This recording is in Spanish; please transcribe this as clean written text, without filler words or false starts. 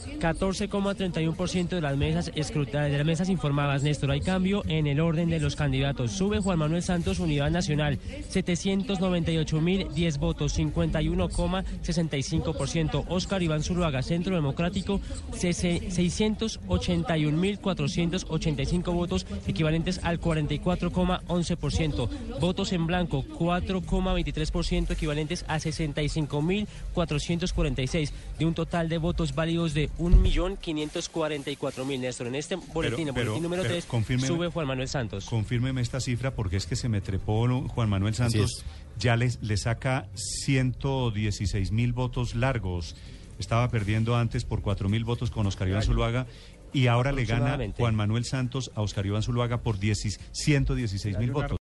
14,31% de las mesas informadas, Néstor. Hay cambio en el orden de los candidatos. Sube Juan Manuel Santos, Unidad Nacional, 798.010 votos, 51,65%. Óscar Iván Zuluaga, Centro Democrático, 681.485 votos, equivalentes al 44,11%. Votos en blanco, 4,23%, equivalentes a 65.446, de un total de votos válidos de 1.544.000, Néstor. En este boletín, boletín número 3, sube Juan Manuel Santos. Confírmeme esta cifra porque es que se me trepó Juan Manuel Santos, ya le saca 116.000 votos largos. Estaba perdiendo antes por 4.000 votos con Óscar Iván Zuluaga y ahora le gana Juan Manuel Santos a Óscar Iván Zuluaga por 116.000 votos.